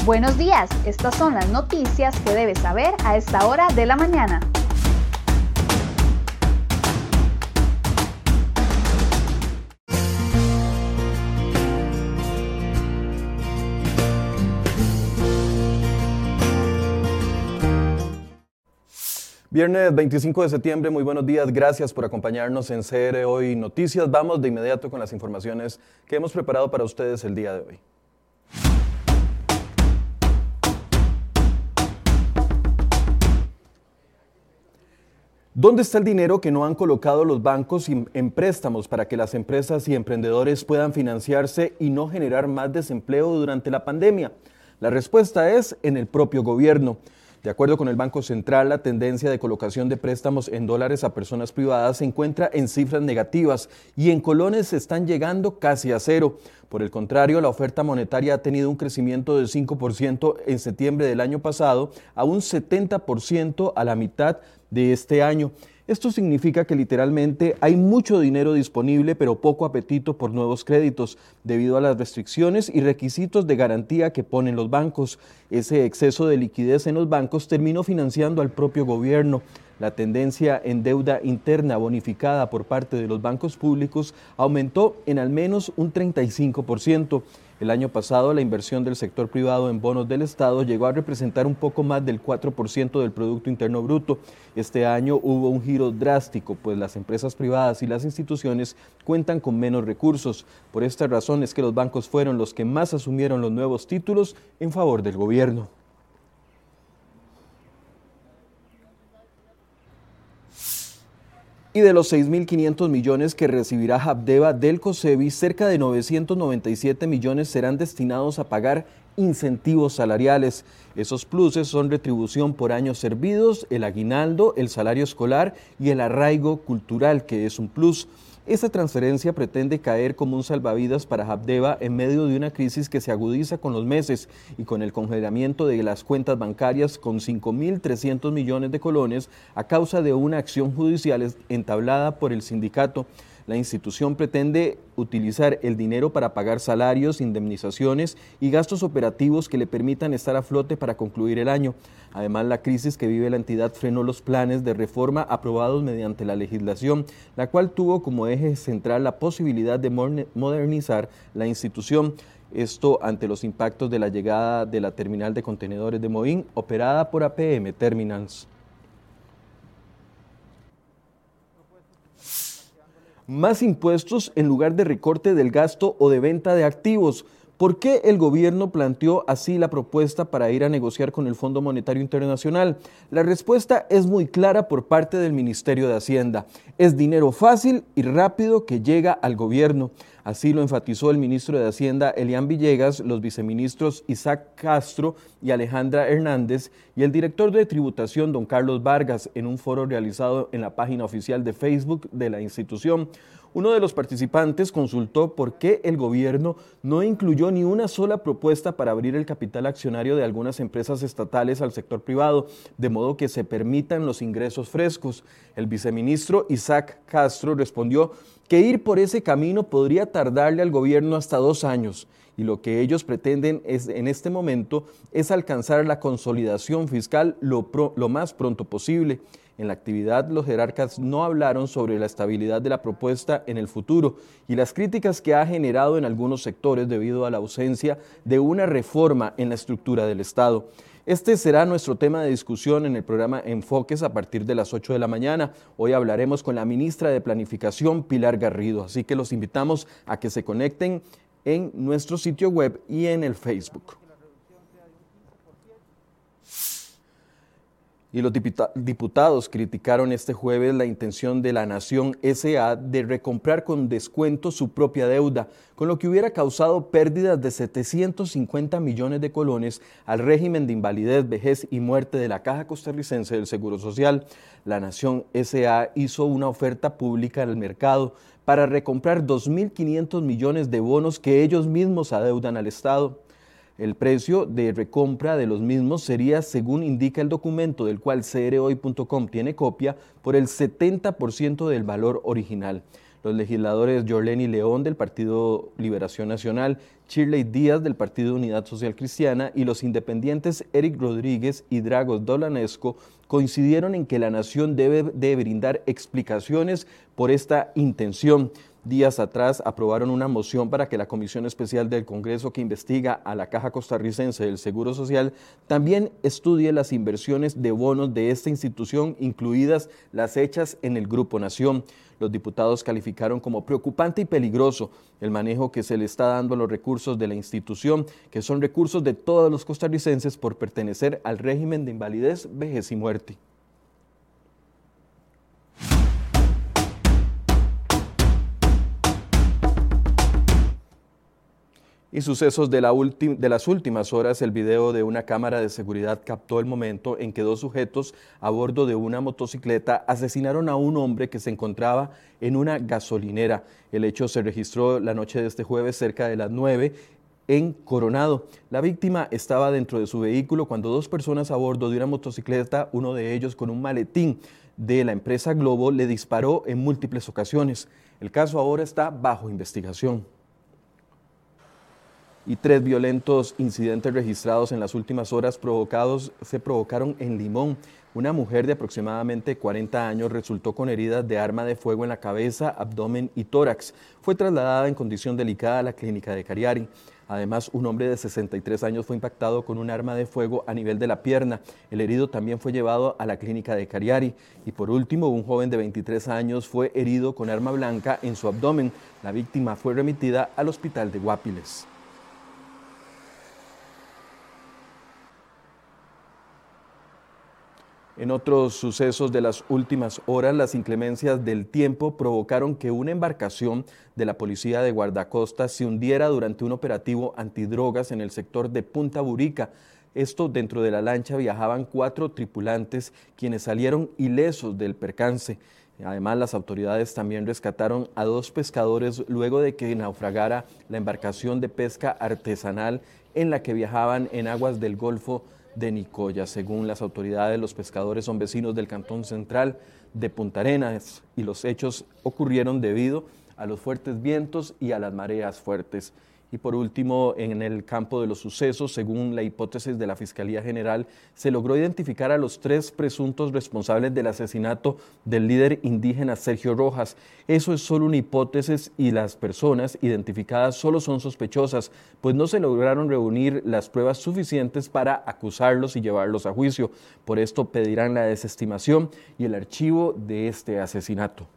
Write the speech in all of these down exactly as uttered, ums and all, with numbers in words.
Buenos días, estas son las noticias que debes saber a esta hora de la mañana. Viernes veinticinco de septiembre, muy buenos días, gracias por acompañarnos en C R Hoy Noticias. Vamos de inmediato con las informaciones que hemos preparado para ustedes el día de hoy. ¿Dónde está el dinero que no han colocado los bancos en préstamos para que las empresas y emprendedores puedan financiarse y no generar más desempleo durante la pandemia? La respuesta es en el propio gobierno. De acuerdo con el Banco Central, la tendencia de colocación de préstamos en dólares a personas privadas se encuentra en cifras negativas y en colones están llegando casi a cero. Por el contrario, la oferta monetaria ha tenido un crecimiento del cinco por ciento en septiembre del año pasado a un setenta por ciento a la mitad de este año. Esto significa que literalmente hay mucho dinero disponible, pero poco apetito por nuevos créditos, debido a las restricciones y requisitos de garantía que ponen los bancos. Ese exceso de liquidez en los bancos terminó financiando al propio gobierno. La tendencia en deuda interna bonificada por parte de los bancos públicos aumentó en al menos un treinta y cinco por ciento. El año pasado, la inversión del sector privado en bonos del Estado llegó a representar un poco más del cuatro por ciento del Producto Interno Bruto. Este año hubo un giro drástico, pues las empresas privadas y las instituciones cuentan con menos recursos. Por esta razón es que los bancos fueron los que más asumieron los nuevos títulos en favor del gobierno. Y de los seis mil quinientos millones que recibirá Habdeba del COSEBI, cerca de novecientos noventa y siete millones serán destinados a pagar incentivos salariales. Esos pluses son retribución por años servidos, el aguinaldo, el salario escolar y el arraigo cultural, que es un plus. Esta transferencia pretende caer como un salvavidas para Habdeba en medio de una crisis que se agudiza con los meses y con el congelamiento de las cuentas bancarias con cinco mil trescientos millones de colones a causa de una acción judicial entablada por el sindicato. La institución pretende utilizar el dinero para pagar salarios, indemnizaciones y gastos operativos que le permitan estar a flote para concluir el año. Además, la crisis que vive la entidad frenó los planes de reforma aprobados mediante la legislación, la cual tuvo como eje central la posibilidad de modernizar la institución. Esto ante los impactos de la llegada de la terminal de contenedores de Moín, operada por A P M Terminals. Más impuestos en lugar de recorte del gasto o de venta de activos. ¿Por qué el gobierno planteó así la propuesta para ir a negociar con el Fondo Monetario Internacional? La respuesta es muy clara por parte del Ministerio de Hacienda. Es dinero fácil y rápido que llega al gobierno. Así lo enfatizó el ministro de Hacienda, Elian Villegas, los viceministros Isaac Castro y Alejandra Hernández y el director de tributación, don Carlos Vargas, en un foro realizado en la página oficial de Facebook de la institución. Uno de los participantes consultó por qué el gobierno no incluyó ni una sola propuesta para abrir el capital accionario de algunas empresas estatales al sector privado, de modo que se permitan los ingresos frescos. El viceministro Isaac Castro respondió que ir por ese camino podría tardarle al gobierno hasta dos años y lo que ellos pretenden es, en este momento es alcanzar la consolidación fiscal lo, pro, lo más pronto posible. En la actividad, los jerarcas no hablaron sobre la estabilidad de la propuesta en el futuro y las críticas que ha generado en algunos sectores debido a la ausencia de una reforma en la estructura del Estado. Este será nuestro tema de discusión en el programa Enfoques a partir de las ocho de la mañana. Hoy hablaremos con la ministra de Planificación, Pilar Garrido, así que los invitamos a que se conecten en nuestro sitio web y en el Facebook. Y los diputados criticaron este jueves la intención de la Nación S A de recomprar con descuento su propia deuda, con lo que hubiera causado pérdidas de setecientos cincuenta millones de colones al régimen de invalidez, vejez y muerte de la Caja Costarricense del Seguro Social. La Nación S A hizo una oferta pública al mercado para recomprar dos mil quinientos millones de bonos que ellos mismos adeudan al Estado. El precio de recompra de los mismos sería, según indica el documento del cual C R Hoy punto com tiene copia, por el setenta por ciento del valor original. Los legisladores Yorleni León del Partido Liberación Nacional, Shirley Díaz del Partido Unidad Social Cristiana y los independientes Eric Rodríguez y Dragos Dolanesco coincidieron en que la nación debe de brindar explicaciones por esta intención. Días atrás aprobaron una moción para que la Comisión Especial del Congreso que investiga a la Caja Costarricense del Seguro Social también estudie las inversiones de bonos de esta institución, incluidas las hechas en el Grupo Nación. Los diputados calificaron como preocupante y peligroso el manejo que se le está dando a los recursos de la institución, que son recursos de todos los costarricenses por pertenecer al régimen de invalidez, vejez y muerte. Y sucesos de, la de las últimas horas, el video de una cámara de seguridad captó el momento en que dos sujetos a bordo de una motocicleta asesinaron a un hombre que se encontraba en una gasolinera. El hecho se registró la noche de este jueves cerca de las nueve en Coronado. La víctima estaba dentro de su vehículo cuando dos personas a bordo de una motocicleta, uno de ellos con un maletín de la empresa Globo, le disparó en múltiples ocasiones. El caso ahora está bajo investigación. Y tres violentos incidentes registrados en las últimas horas provocados, se provocaron en Limón. Una mujer de aproximadamente cuarenta años resultó con heridas de arma de fuego en la cabeza, abdomen y tórax. Fue trasladada en condición delicada a la clínica de Cariari. Además, un hombre de sesenta y tres años fue impactado con un arma de fuego a nivel de la pierna. El herido también fue llevado a la clínica de Cariari. Y por último, un joven de veintitrés años fue herido con arma blanca en su abdomen. La víctima fue remitida al hospital de Guapiles. En otros sucesos de las últimas horas, las inclemencias del tiempo provocaron que una embarcación de la policía de guardacostas se hundiera durante un operativo antidrogas en el sector de Punta Burica. Esto, dentro de la lancha viajaban cuatro tripulantes, quienes salieron ilesos del percance. Además, las autoridades también rescataron a dos pescadores luego de que naufragara la embarcación de pesca artesanal en la que viajaban en aguas del Golfo de Nicoya. Según las autoridades, los pescadores son vecinos del Cantón Central de Punta Arenas y los hechos ocurrieron debido a los fuertes vientos y a las mareas fuertes. Y por último, en el campo de los sucesos, según la hipótesis de la Fiscalía General, se logró identificar a los tres presuntos responsables del asesinato del líder indígena Sergio Rojas. Eso es solo una hipótesis y las personas identificadas solo son sospechosas, pues no se lograron reunir las pruebas suficientes para acusarlos y llevarlos a juicio. Por esto pedirán la desestimación y el archivo de este asesinato.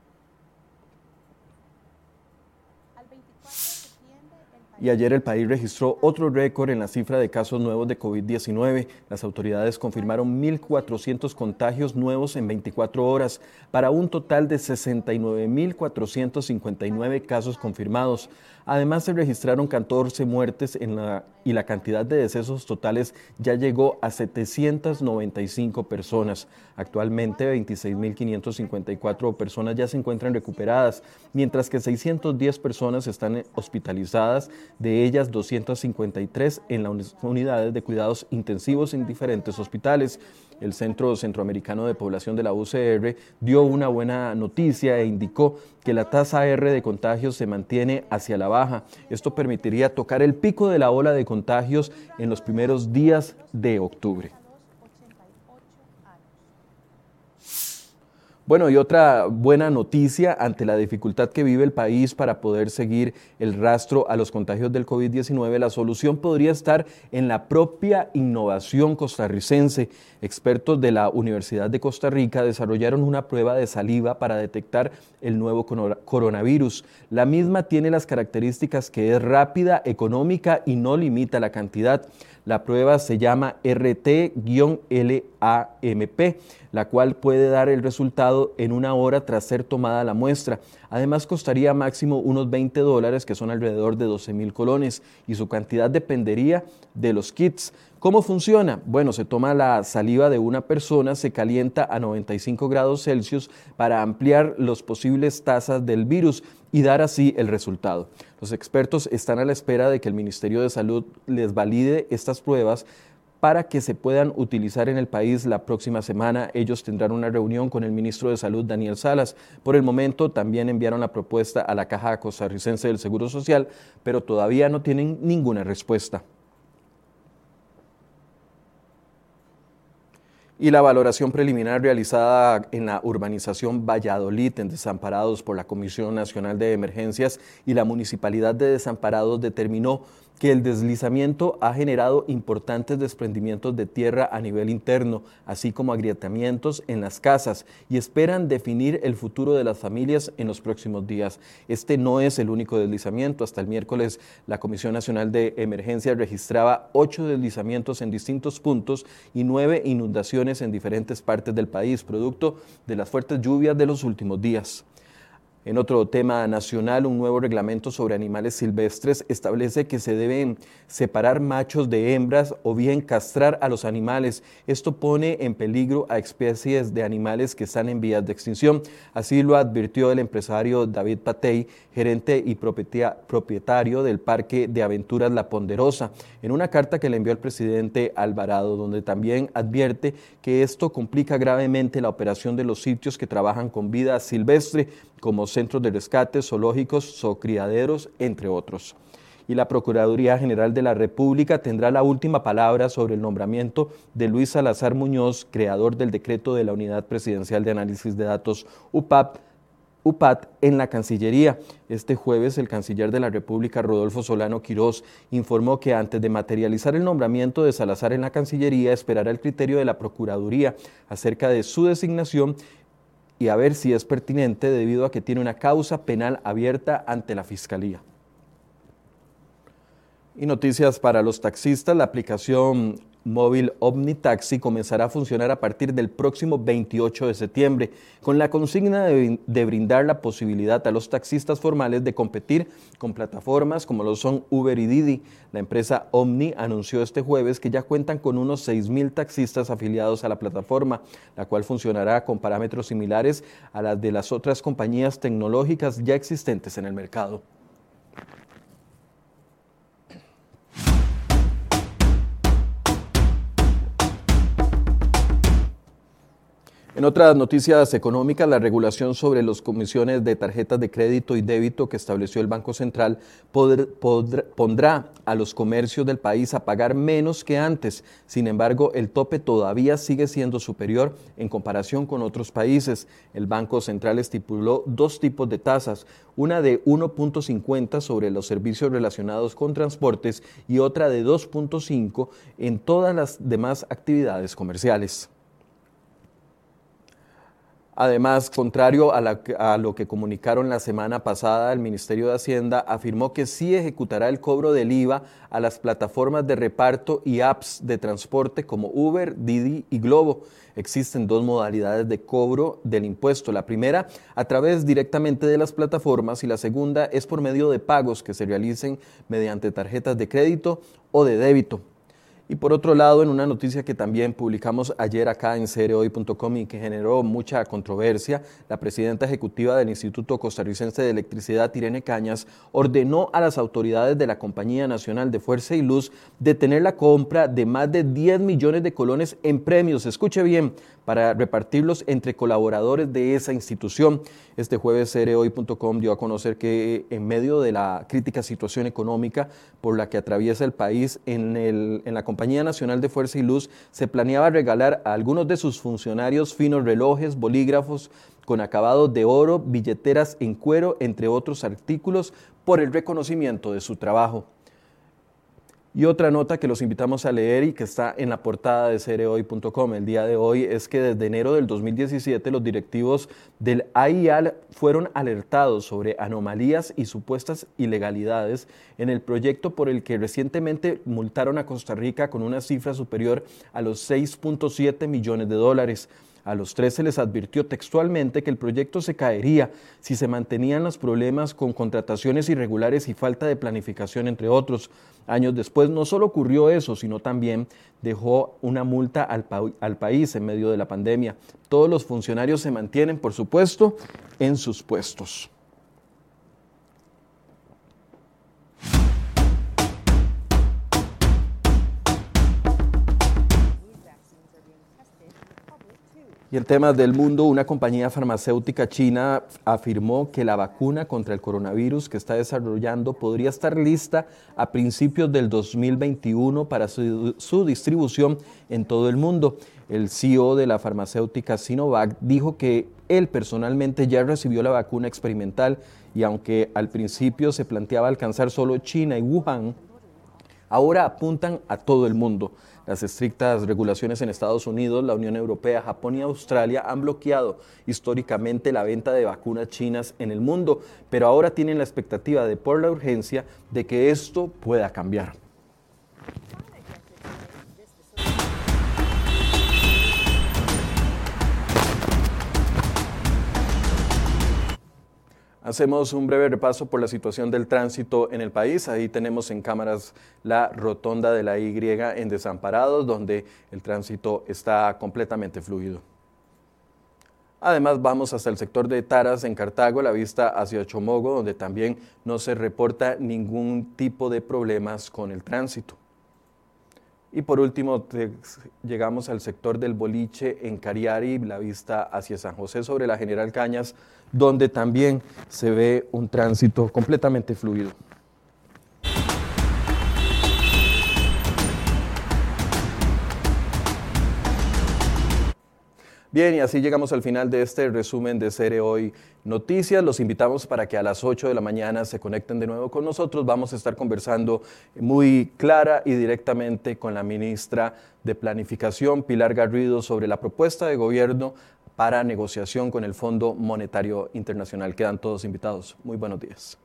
Y ayer el país registró otro récord en la cifra de casos nuevos de COVID diecinueve. Las autoridades confirmaron mil cuatrocientos contagios nuevos en veinticuatro horas, para un total de sesenta y nueve mil cuatrocientos cincuenta y nueve casos confirmados. Además, se registraron catorce muertes en la, y la cantidad de decesos totales ya llegó a setecientas noventa y cinco personas. Actualmente, veintiséis mil quinientas cincuenta y cuatro personas ya se encuentran recuperadas, mientras que seiscientas diez personas están hospitalizadas, de ellas doscientas cincuenta y tres en las unidades de cuidados intensivos en diferentes hospitales. El Centro Centroamericano de Población de la U C R dio una buena noticia e indicó que la tasa R de contagios se mantiene hacia la baja. Esto permitiría tocar el pico de la ola de contagios en los primeros días de octubre. Bueno, y otra buena noticia ante la dificultad que vive el país para poder seguir el rastro a los contagios del COVID diecinueve, la solución podría estar en la propia innovación costarricense. Expertos de la Universidad de Costa Rica desarrollaron una prueba de saliva para detectar el nuevo coronavirus. La misma tiene las características que es rápida, económica y no limita la cantidad. La prueba se llama R T L A M P, la cual puede dar el resultado en una hora tras ser tomada la muestra. Además, costaría máximo unos veinte dólares, que son alrededor de doce mil colones, y su cantidad dependería de los kits. ¿Cómo funciona? Bueno, se toma la saliva de una persona, se calienta a noventa y cinco grados Celsius para ampliar las posibles tasas del virus y dar así el resultado. Los expertos están a la espera de que el Ministerio de Salud les valide estas pruebas para que se puedan utilizar en el país la próxima semana. Ellos tendrán una reunión con el ministro de Salud, Daniel Salas. Por el momento también enviaron la propuesta a la Caja Costarricense del Seguro Social, pero todavía no tienen ninguna respuesta. Y la valoración preliminar realizada en la urbanización Valladolid en Desamparados por la Comisión Nacional de Emergencias y la Municipalidad de Desamparados determinó que el deslizamiento ha generado importantes desprendimientos de tierra a nivel interno, así como agrietamientos en las casas, y esperan definir el futuro de las familias en los próximos días. Este no es el único deslizamiento. Hasta el miércoles, la Comisión Nacional de Emergencias registraba ocho deslizamientos en distintos puntos y nueve inundaciones en diferentes partes del país, producto de las fuertes lluvias de los últimos días. En otro tema nacional, un nuevo reglamento sobre animales silvestres establece que se deben separar machos de hembras o bien castrar a los animales. Esto pone en peligro a especies de animales que están en vías de extinción. Así lo advirtió el empresario David Patey, gerente y propietario del Parque de Aventuras La Ponderosa, en una carta que le envió al presidente Alvarado, donde también advierte que esto complica gravemente la operación de los sitios que trabajan con vida silvestre, como centros de rescate, zoológicos, zoocriaderos, entre otros. Y la Procuraduría General de la República tendrá la última palabra sobre el nombramiento de Luis Salazar Muñoz, creador del decreto de la Unidad Presidencial de Análisis de Datos U P A T, U P A T en la Cancillería. Este jueves, el canciller de la República, Rodolfo Solano Quirós, informó que antes de materializar el nombramiento de Salazar en la Cancillería, esperará el criterio de la Procuraduría acerca de su designación y a ver si es pertinente debido a que tiene una causa penal abierta ante la Fiscalía. Y noticias para los taxistas: la aplicación móvil OmniTaxi comenzará a funcionar a partir del próximo veintiocho de septiembre, con la consigna de, de brindar la posibilidad a los taxistas formales de competir con plataformas como lo son Uber y Didi. La empresa Omni anunció este jueves que ya cuentan con unos seis mil taxistas afiliados a la plataforma, la cual funcionará con parámetros similares a las de las otras compañías tecnológicas ya existentes en el mercado. En otras noticias económicas, la regulación sobre las comisiones de tarjetas de crédito y débito que estableció el Banco Central podr, podr, pondrá a los comercios del país a pagar menos que antes. Sin embargo, el tope todavía sigue siendo superior en comparación con otros países. El Banco Central estipuló dos tipos de tasas, una de uno punto cincuenta sobre los servicios relacionados con transportes y otra de dos punto cinco en todas las demás actividades comerciales. Además, contrario a, la, a lo que comunicaron la semana pasada, el Ministerio de Hacienda afirmó que sí ejecutará el cobro del I V A a las plataformas de reparto y apps de transporte como Uber, Didi y Globo. Existen dos modalidades de cobro del impuesto. La primera, a través directamente de las plataformas, y la segunda es por medio de pagos que se realicen mediante tarjetas de crédito o de débito. Y por otro lado, en una noticia que también publicamos ayer acá en C R Hoy punto com y que generó mucha controversia, la presidenta ejecutiva del Instituto Costarricense de Electricidad, Irene Cañas, ordenó a las autoridades de la Compañía Nacional de Fuerza y Luz detener la compra de más de diez millones de colones en premios, escuche bien, para repartirlos entre colaboradores de esa institución. Este jueves C R Hoy punto com dio a conocer que en medio de la crítica situación económica por la que atraviesa el país, en, el, en la Compañía Nacional de Fuerza y Luz se planeaba regalar a algunos de sus funcionarios finos relojes, bolígrafos con acabados de oro, billeteras en cuero, entre otros artículos, por el reconocimiento de su trabajo. Y otra nota que los invitamos a leer y que está en la portada de C R Hoy punto com el día de hoy es que desde enero del dos mil diecisiete los directivos del A I A L fueron alertados sobre anomalías y supuestas ilegalidades en el proyecto por el que recientemente multaron a Costa Rica con una cifra superior a los seis punto siete millones de dólares. A los tres se les advirtió textualmente que el proyecto se caería si se mantenían los problemas con contrataciones irregulares y falta de planificación, entre otros. Años después no solo ocurrió eso, sino también dejó una multa al, pa- al país en medio de la pandemia. Todos los funcionarios se mantienen, por supuesto, en sus puestos. Y en temas del mundo, una compañía farmacéutica china afirmó que la vacuna contra el coronavirus que está desarrollando podría estar lista a principios del dos mil veintiuno para su, su distribución en todo el mundo. El C E O de la farmacéutica Sinovac dijo que él personalmente ya recibió la vacuna experimental y aunque al principio se planteaba alcanzar solo China y Wuhan, ahora apuntan a todo el mundo. Las estrictas regulaciones en Estados Unidos, la Unión Europea, Japón y Australia han bloqueado históricamente la venta de vacunas chinas en el mundo, pero ahora tienen la expectativa de por la urgencia de que esto pueda cambiar. Hacemos un breve repaso por la situación del tránsito en el país. Ahí tenemos en cámaras la rotonda de la Y en Desamparados, donde el tránsito está completamente fluido. Además, vamos hasta el sector de Taras en Cartago, la vista hacia Chomogo, donde también no se reporta ningún tipo de problemas con el tránsito. Y por último, te, llegamos al sector del Boliche en Cariari, la vista hacia San José sobre la General Cañas, donde también se ve un tránsito completamente fluido. Bien, y así llegamos al final de este resumen de C R Hoy Noticias. Los invitamos para que a las ocho de la mañana se conecten de nuevo con nosotros. Vamos a estar conversando muy clara y directamente con la ministra de Planificación, Pilar Garrido, sobre la propuesta de gobierno para negociación con el Fondo Monetario Internacional. Quedan todos invitados. Muy buenos días.